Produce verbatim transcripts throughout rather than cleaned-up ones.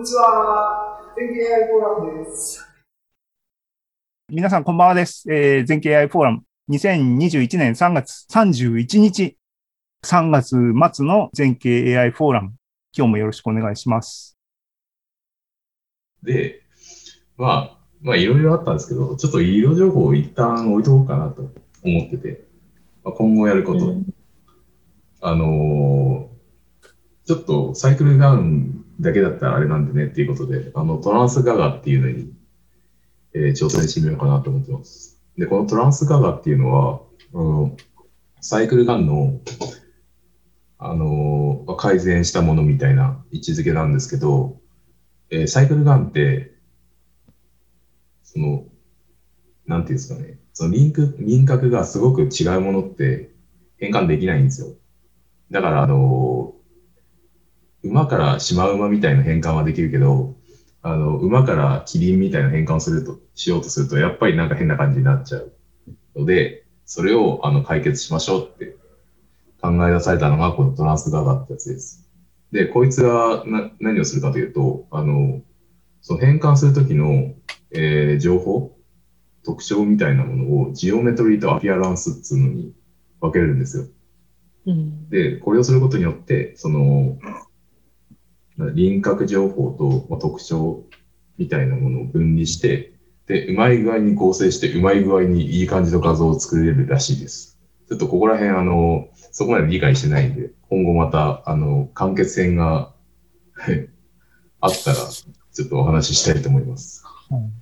にちは。全景 エーアイ フォーラムです。 皆さん、こんばんはです。えー、全景 エーアイ フォーラム、にせんにじゅういちねんさんがつさんじゅういちにち、さんがつ末の全景 エーアイ フォーラム、今日もよろしくお願いします。 で、まあ、まあ、いろいろあったんですけど、ちょっと医療情報を一旦置いとこうかなと思ってて、まあ、今後やること、うん、あのー、ちょっとサイクルダウンだけだったらあれなんでねっていうことで、あのトランスガガっていうのに、えー、挑戦してみようかなと思ってます。で、このトランスガガっていうのは、あのサイクルガンの、あのー、改善したものみたいな位置づけなんですけど、えー、サイクルガンって、その、なんていうんですかね、その輪郭輪郭がすごく違うものって変換できないんですよ。だから、あの、馬からシマウマみたいな変換はできるけど、あの、馬からキリンみたいな変換をすると、しようとすると、やっぱりなんか変な感じになっちゃうので、それをあの解決しましょうって考え出されたのが、このトランスガガってやつです。で、こいつがな何をするかというと、あの、その変換するときの、えー、情報、特徴みたいなものをジオメトリーとアピアランスっていうのに分けれるんですよ。うん、で、これをすることによって、その、輪郭情報と、まあ、特徴みたいなものを分離して、で、うまい具合に構成して、うまい具合にいい感じの画像を作れるらしいです。ちょっとここら辺、あの、そこまで理解してないんで、今後また、あの、完結編があったら、ちょっとお話ししたいと思います。うん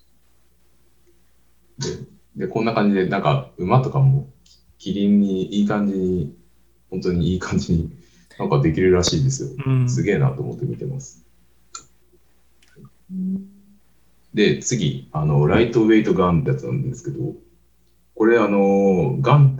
で、でこんな感じで、なんか、馬とかも、キリンにいい感じに、本当にいい感じになんかできるらしいですよ。うん、すげえなと思って見てます。うん、で、次、あの、ライトウェイトガンってやつなんですけど、これ、あの、ガンって、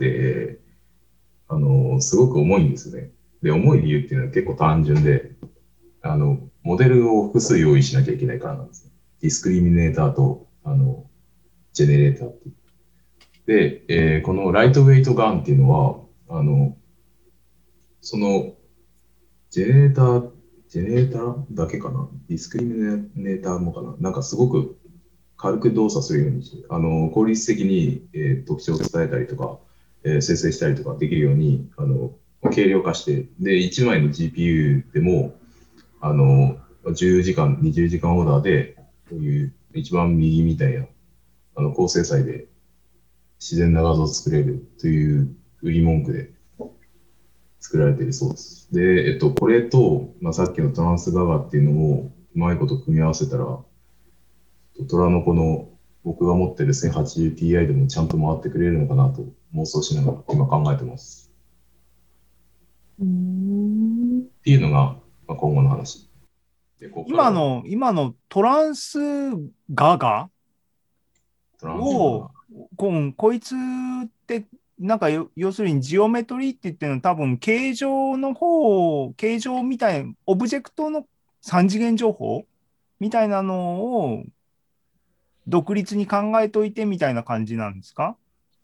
あの、すごく重いんですね。で、重い理由っていうのは結構単純で、あの、モデルを複数用意しなきゃいけないからなんですね。ディスクリミネーターと、あの、ジェネレーターっていう。で、えー、このライトウェイトガンっていうのは、あの、その、ジェネレーター、ジェネレーターだけかなディスクリミネーターもかななんかすごく軽く動作するようにして、あの、効率的に、えー、特徴を伝えたりとか、えー、生成したりとかできるように、あの、軽量化して、で、いちまいの ジーピーユー でも、あの、じゅうじかん、にじゅうじかんオーダーで、こういう一番右みたいな、あの、高精細で自然な画像を作れるという売り文句で作られているそうです。で、えっと、これと、まあ、さっきのトランスガガっていうのをうまいこと組み合わせたら、虎の子の僕が持ってる せんはちじゅうティーアイ でもちゃんと回ってくれるのかなと妄想しながら今考えてます。うーんっていうのが、まあ、今後の話。 でここ今の、今のトランスガガを、こ, こいつって、なんか要するにジオメトリーって言ってるのは多分形状の方、形状みたいな、オブジェクトのさん次元情報みたいなのを独立に考えといてみたいな感じなんですか？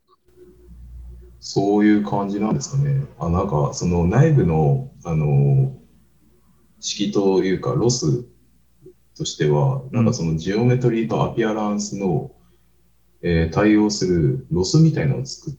そういう感じなんですかね。あ、なんかその内部の、あの、式というかロスとしては、なんかそのジオメトリーとアピアランスの、えー、対応するロスみたいなのを作って、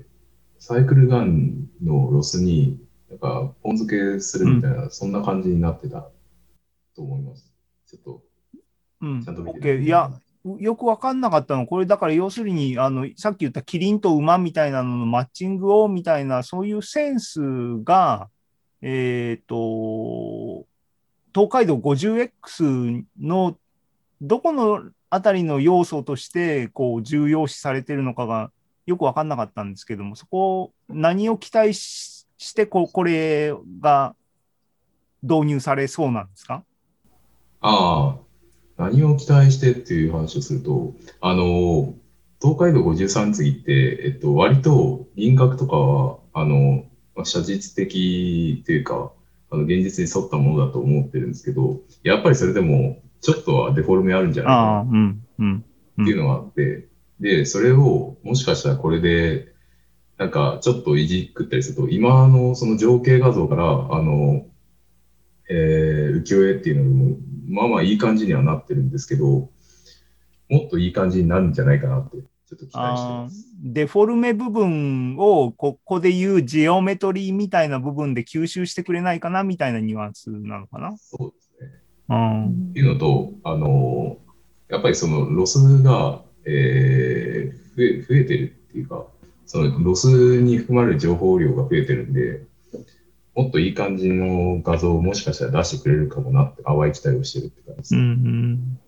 サイクルガンのロスに、なんか、ポン付けするみたいな、うん、そんな感じになってたと思います。ちょっと、 うん、ちゃんと見てみて。いや、よくわかんなかったの。これだから要するに、あの、さっき言ったキリンと馬みたいなののマッチングをみたいな、そういうセンスが、えっと、東海道 ごじゅうエックス のどこのあたりの要素としてこう重要視されているのかがよく分かんなかったんですけども、そこを何を期待ししてここれが導入されそうなんですか？ ああ、何を期待してっていう話をすると、あの、東海道ごじゅうさん次って、えっと、割と輪郭とかは、あの、写実的というか、あの、現実に沿ったものだと思ってるんですけど、やっぱりそれでも、ちょっとはデフォルメあるんじゃないかなっていうのがあって、で、それをもしかしたらこれで、なんかちょっといじくったりすると、今のその情景画像から、あの、えー、浮世絵っていうのもまあまあいい感じにはなってるんですけど、もっといい感じになるんじゃないかなって、ちょっと期待してます。 デフォルメ部分をここで言うジオメトリーみたいな部分で吸収してくれないかなみたいなニュアンスなのかな。 そうですね。 うん、 っていうのと、あの、やっぱりそのロスが、えー、増え、増えてるっていうか、そのロスに含まれる情報量が増えてるんで、もっといい感じの画像をもしかしたら出してくれるかもなって淡い期待をしてるって感じです。 うんうん